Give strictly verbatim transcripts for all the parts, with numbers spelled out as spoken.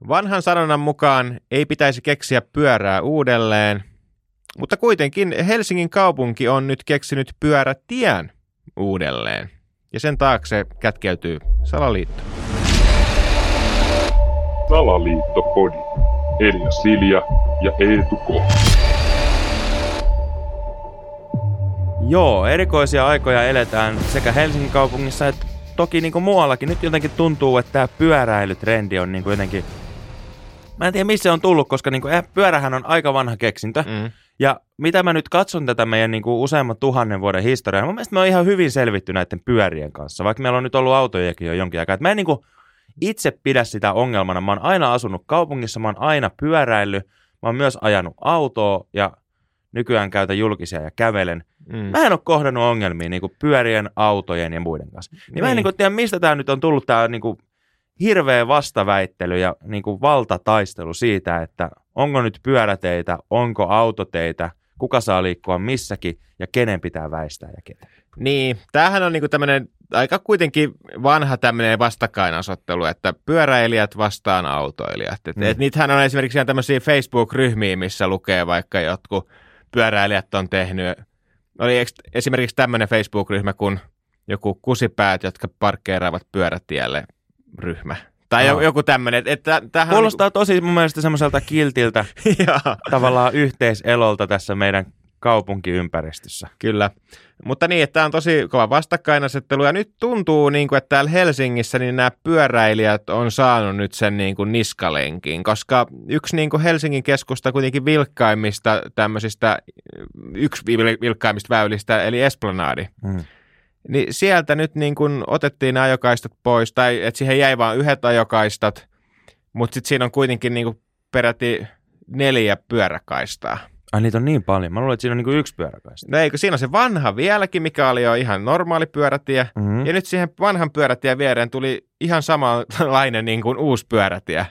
Vanhan sanonnan mukaan ei pitäisi keksiä pyörää uudelleen, mutta kuitenkin Helsingin kaupunki on nyt keksinyt pyörätien uudelleen. Ja sen taakse kätkeytyy Salaliitto. Salaliittopodi. Elia Silja ja Eetu K. Joo, erikoisia aikoja eletään sekä Helsingin kaupungissa että toki niin kuin muuallakin. Nyt jotenkin tuntuu, että tämä pyöräilytrendi on niin kuin jotenkin... Mä en tiedä, missä se on tullut, koska niin kuin, eh, pyörähän on aika vanha keksintö. Mm. Ja mitä mä nyt katson tätä meidän niin kuin useamman tuhannen vuoden historiaa, mun mielestä me on ihan hyvin selvitty näiden pyörien kanssa, vaikka meillä on nyt ollut autojakin jo jonkin aikaa. Et mä en niin kuin itse pidä sitä ongelmana. Mä oon aina asunut kaupungissa, mä oon aina pyöräillyt, mä oon myös ajanut autoa ja nykyään käytän julkisia ja kävelen. Mm. Mä en ole kohdannut ongelmia niin kuin pyörien, autojen ja muiden kanssa. Niin niin. Mä en niin kuin tiedä, mistä tää nyt on tullut tää niin kuin hirveä vastaväittely ja niin kuin valtataistelu siitä, että onko nyt pyöräteitä, onko autoteitä, kuka saa liikkua missäkin ja kenen pitää väistää ja ketä. Niin, tämähän on niinku tämmöinen aika kuitenkin vanha tämmöinen vastakkainasottelu, että pyöräilijät vastaan autoilijat. Et, mm. et niitähän on esimerkiksi ihan tämmöisiä Facebook-ryhmiä, missä lukee vaikka jotkut pyöräilijät on tehnyt. Oli esimerkiksi tämmöinen Facebook-ryhmä kuin joku kusipäät, jotka parkkeeraavat pyörätielle ryhmä. Tai no. joku tämmöinen. Että tämähän kuulostaa tosi mun mielestä semmoiselta kiltiltä tavallaan yhteiselolta tässä meidän kaupunkiympäristössä. Kyllä. Mutta niin, että tämä on tosi kova vastakkainasettelu. Ja nyt tuntuu, niin kuin, että täällä Helsingissä niin nämä pyöräilijät on saanut nyt sen niin kuin niskalenkin, koska yksi niin kuin Helsingin keskusta kuitenkin vilkkaimmista tämmöisistä, yksi vilkkaimmista väylistä, eli Esplanadi. Hmm. Niin sieltä nyt niin kuin otettiin nämä ajokaistat pois, tai että siihen jäi vain yhdet ajokaistat, mutta sitten siinä on kuitenkin niin kuin peräti neljä pyöräkaistaa. Ai niitä on niin paljon. Mä luulen, että siinä on niin kuin yksi pyöräkaista. No eikö, siinä on se vanha vieläkin, mikä oli jo ihan normaali pyörätie, mm-hmm. ja nyt siihen vanhan pyörätien viereen tuli ihan samanlainen niin kuin uusi pyörätie.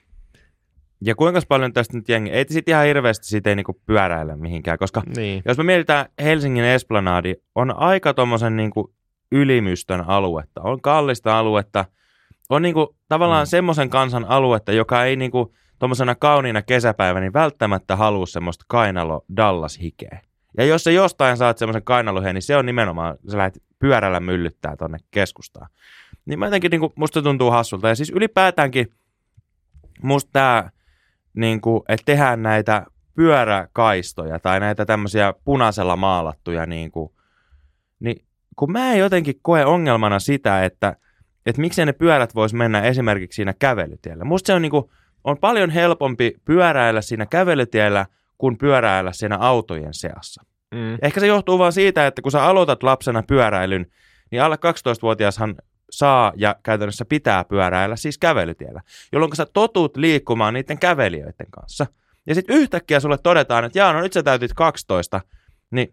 Ja kuinka paljon tästä nyt jengi? Ei sitten ihan hirveästi siitä ei niinku pyöräillä mihinkään, koska niin. Jos me mietitään Helsingin Esplanadi, on aika tommosen niinku ylimystön aluetta, on kallista aluetta, on niinku tavallaan mm. semmoisen kansan aluetta, joka ei niinku tommosena kauniina kesäpäivänä niin välttämättä halua semmoista kainalo-Dallas-hikeä. Ja jos sä jostain saat semmoisen kainaloheen, niin se on nimenomaan, sä lähdet pyörällä myllyttää tonne keskustaan. Niin mä jotenkin niinku, musta tuntuu hassulta. Ja siis ylipäätäänkin musta tää niin kuin, että tehdään näitä pyöräkaistoja tai näitä tämmöisiä punaisella maalattuja, niin, kuin, niin kun mä en jotenkin koe ongelmana sitä, että, että miksei ne pyörät vois mennä esimerkiksi siinä kävelytiellä. Musta se on, niin kuin, on paljon helpompi pyöräillä siinä kävelytiellä kuin pyöräillä siinä autojen seassa. Mm. Ehkä se johtuu vaan siitä, että kun sä aloitat lapsena pyöräilyn, niin alle kaksitoistavuotiashan saa ja käytännössä pitää pyöräillä siis kävelytiellä, jolloin sä totut liikkumaan niiden kävelijöiden kanssa. Ja sitten yhtäkkiä sulle todetaan, että jaa, no nyt sä täytit kaksitoista, niin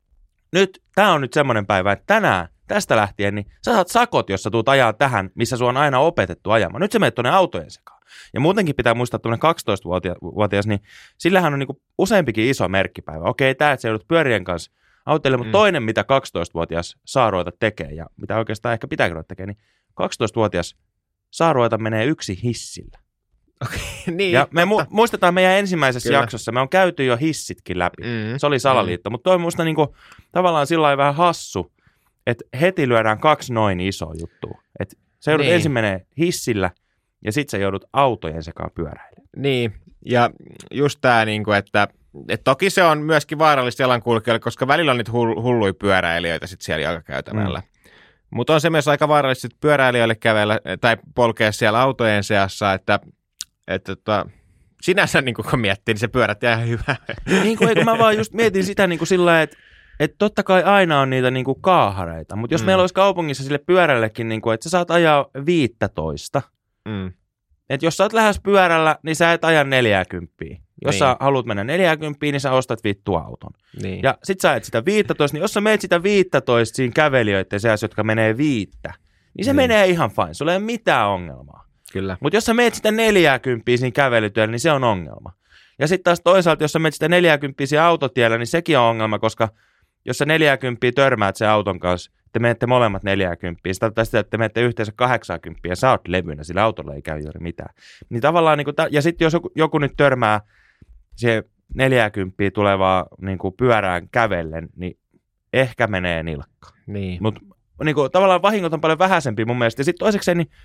nyt tää on nyt semmoinen päivä, että tänään tästä lähtien, niin sä saat sakot, jos sä tuut ajaa tähän, missä sua on aina opetettu ajamaan. Nyt sä menet tuonne autojen sekaan. Ja muutenkin pitää muistaa, että tuonne kaksitoistavuotias, niin sillähän on niinku useampikin iso merkkipäivä. Okei, tää, että sä joudut pyörien kanssa autoille, mutta mm. toinen, mitä kaksitoistavuotias saa ruveta tekemään, ja mitä oikeastaan ehkä pitääkin ruveta tekemään, niin kaksitoistavuotias saa ruveta menee yksi hissillä. Okay, niin. Ja me mu- muistetaan meidän ensimmäisessä Kyllä. jaksossa, me on käyty jo hissitkin läpi. Mm. Se oli salaliitto, mm. mutta toi on musta niinku, tavallaan sillä lailla vähän hassu, että heti lyödään kaksi noin isoa juttua. Että sä joudut niin. ensin menee hissillä, ja sit sä joudut autojen sekaan pyöräilemään. Niin, ja just tää niinku, että et toki se on myöskin vaarallista jalankulkijoille, koska välillä on niitä hulluja pyöräilijöitä sit siellä jalkakäytävällä. Mm. Mutta on se myös aika vaarallista pyöräilijöille kävellä tai polkea siellä autojen seassa, että, että, että sinänsä niin kun miettii, niin se pyörät jää ihan hyvä. Niin kuin, eikö mä vaan just mietin sitä niin kuin sillä lailla, että että totta kai aina on niitä niin kuin kaahareita, mutta jos mm. meillä olisi kaupungissa sille pyörällekin, niin kuin, että sä saat ajaa viittätoista, mm. että jos sä oot lähes pyörällä, niin sä et aja neljäkymppiä. Jos niin. sä haluat mennä neljäkymppiä, niin sä ostat vittu auton. Niin. Ja sit sä et sitä viittätoista, niin jos sä meet sitä viittätoista siinä kävelijöiden seassa, jotka menee viittä, niin se niin. menee ihan fine. Sulla ei ole mitään ongelmaa. Kyllä. Mutta jos sä meet sitä neljäkymppiä siinä kävelytyöllä, niin se on ongelma. Ja sitten taas toisaalta, jos sä meet sitä neljäkymppiä siinä autotiellä, niin sekin on ongelma, koska jos sä neljäkymppiä törmäät sen auton kanssa te menette molemmat neljäkymppiä, sitä tarkoittaa sitä, että te menette yhteensä kahdeksankymmentä ja sä oot levynä, sillä autolla ei käy juuri mitään. Niin tavallaan, niin kuin, ja sitten jos joku, joku nyt törmää siihen neljäkymppiä tulevaa niin kuin pyörään kävellen, niin ehkä menee nilkka. Niin. Mutta niin kuin, tavallaan vahingot on paljon vähäisempiä mun mielestä. Ja sitten toisekseen, niin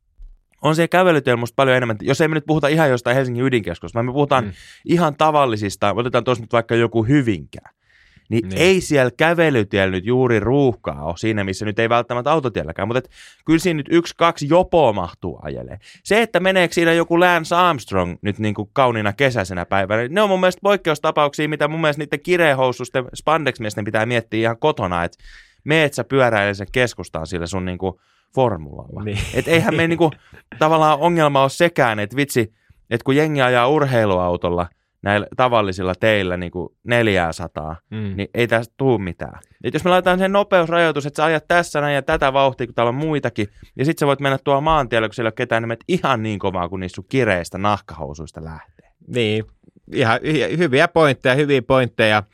on siellä kävelytyöllä musta paljon enemmän, jos ei me nyt puhuta ihan jostain Helsingin ydinkeskusta, vaan me puhutaan mm. ihan tavallisista, otetaan tuossa nyt vaikka joku Hyvinkää, niin, niin ei siellä kävelytiellä nyt juuri ruuhkaa ole siinä, missä nyt ei välttämättä autotielläkään, mutta et, kyllä siinä nyt yksi, kaksi jopoa mahtuu ajelee. Se, että meneekö siinä joku Lance Armstrong nyt niin kuin kauniina kesäisenä päivänä, niin ne on mun mielestä poikkeustapauksia, mitä mun mielestä niiden kirehoususten spandex-miesten pitää miettiä ihan kotona, että meet sä pyöräilemään sen keskustaan sillä sun niin kuin formulalla. Niin. Että eihän me niinku, tavallaan ongelma ole sekään, että vitsi, että kun jengi ajaa urheiluautolla näillä tavallisilla teillä niinku neljäsataa, mm. niin ei tästä tule mitään. Et jos me laitetaan sen nopeusrajoitus, että sä ajat tässä näin ja tätä vauhtia, kun täällä on muitakin, ja sit sä voit mennä tuolla maantiellä, kun siellä ei ole ketään, niin menet ihan niin kovaa, kun niistä sun kireistä nahkahousuista lähtee. Niin, ihan hyviä pointteja, hyviä pointteja.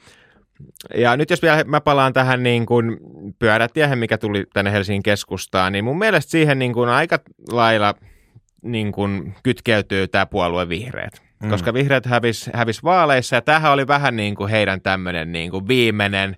Ja nyt jos vielä mä palaan tähän niin kuin pyörätiehen, mikä tuli tänne Helsingin keskustaan, niin mun mielestä siihen niin kuin aika lailla niin kuin kytkeytyy tämä puolue Vihreät. Mm. Koska Vihreät hävisi hävis vaaleissa ja tämähän oli vähän niin kuin heidän tämmöinen niin kuin viimeinen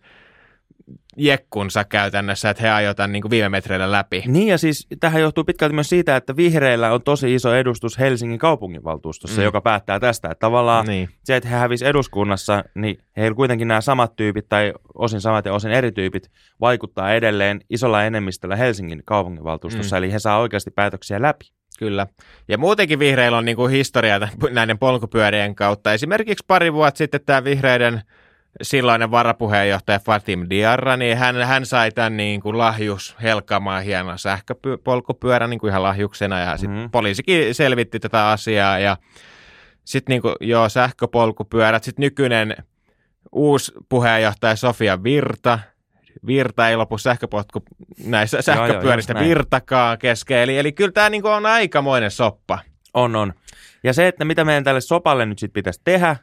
jekkunsa käytännössä, että he ajoivat niin kuin viime metreillä läpi. Niin ja siis tähän johtuu pitkälti myös siitä, että vihreillä on tosi iso edustus Helsingin kaupunginvaltuustossa, mm. joka päättää tästä. Että tavallaan niin. se, että he hävisivät eduskunnassa, niin heillä kuitenkin nämä samat tyypit tai osin samat ja osin eri tyypit vaikuttaa edelleen isolla enemmistöllä Helsingin kaupunginvaltuustossa, mm. eli he saa oikeasti päätöksiä läpi. Kyllä. Ja muutenkin vihreillä on niin kuin historia näiden polkupyörien kautta. Esimerkiksi pari vuotta sitten tämä vihreiden silloinen varapuheenjohtaja Fatim Diarra, niin hän, hän sai tämän niin kuin lahjus helkaamaan hienon sähköpolkupyörän niin kuin ihan lahjuksena, ja sitten mm-hmm. poliisikin selvitti tätä asiaa, ja sitten niin kuin, joo, sähköpolkupyörät, sitten nykyinen uusi puheenjohtaja Sofia Virta, Virta ei lopu sähköpotku näissä sähköpyöristä joo, joo, virtakaan kesken, eli, eli kyllä tämä niin kuin on aikamoinen soppa. On, on. Ja se, että mitä meidän tälle sopalle nyt sitten pitäisi tehdä,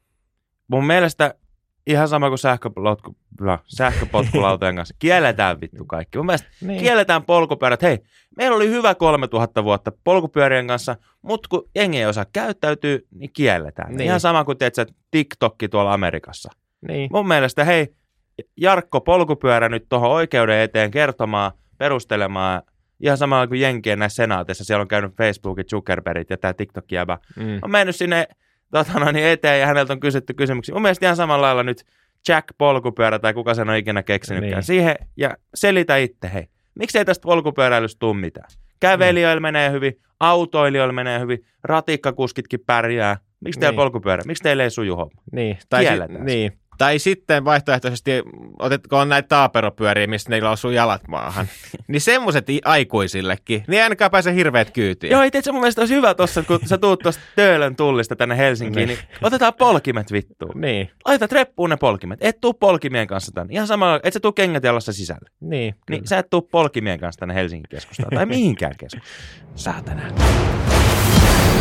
mun mielestä ihan sama kuin sähköpotku, sähköpotkulautojen kanssa. Kielletään vittu kaikki. Mun mielestä niin. Kielletään polkupyörät. Hei, meillä oli hyvä kolmetuhatta vuotta polkupyörien kanssa, mutta kun jengi ei osaa käyttäytyä, niin kielletään. Niin. Ihan sama kuin teet sä TikTokki tuolla Amerikassa. Niin. Mun mielestä, hei, Jarkko polkupyörä nyt tuohon oikeuden eteen kertomaan, perustelemaan. Ihan samalla kuin jenkien näissä senaateissa. Siellä on käynyt Facebookit, Zuckerbergit ja tämä TikTok-jäbä. Mm. On mennyt sinne Totana, niin eteen ja häneltä on kysytty kysymyksiä. Mun mielestä ihan samalla lailla nyt Jack polkupyörä tai kuka sen on ikinä keksinytkään niin. Siihen ja selitä itse, hei, miksei tästä polkupyöräilystä tule mitään? Kävelijöillä mm. menee hyvin, autoilijoilla menee hyvin, ratikkakuskitkin pärjää. Miksi teillä niin. polkupyörä? Miksi teillä ei suju homma? Niin. Tai, si- niin. tai sitten vaihtoehtoisesti, otetko on näitä taaperopyöriä, mistä neillä osuu jalat maahan, niin semmoiset aikuisillekin, niin ainakaan pääse hirveät kyytiin. Joo, ei teet se mun mielestä olisi hyvä tossa, kun sä tuut tuosta Töölön tullista tänne Helsinkiin, niin. niin otetaan polkimet vittuun. Niin. Laitat reppuun ne polkimet. Et tuu polkimien kanssa tänne. Ihan sama, et sä tuu kengätialassa sisälle. Niin. Niin sä et tuu polkimien kanssa tänne Helsingin keskustaan tai mihinkään keskustaan. Saatana.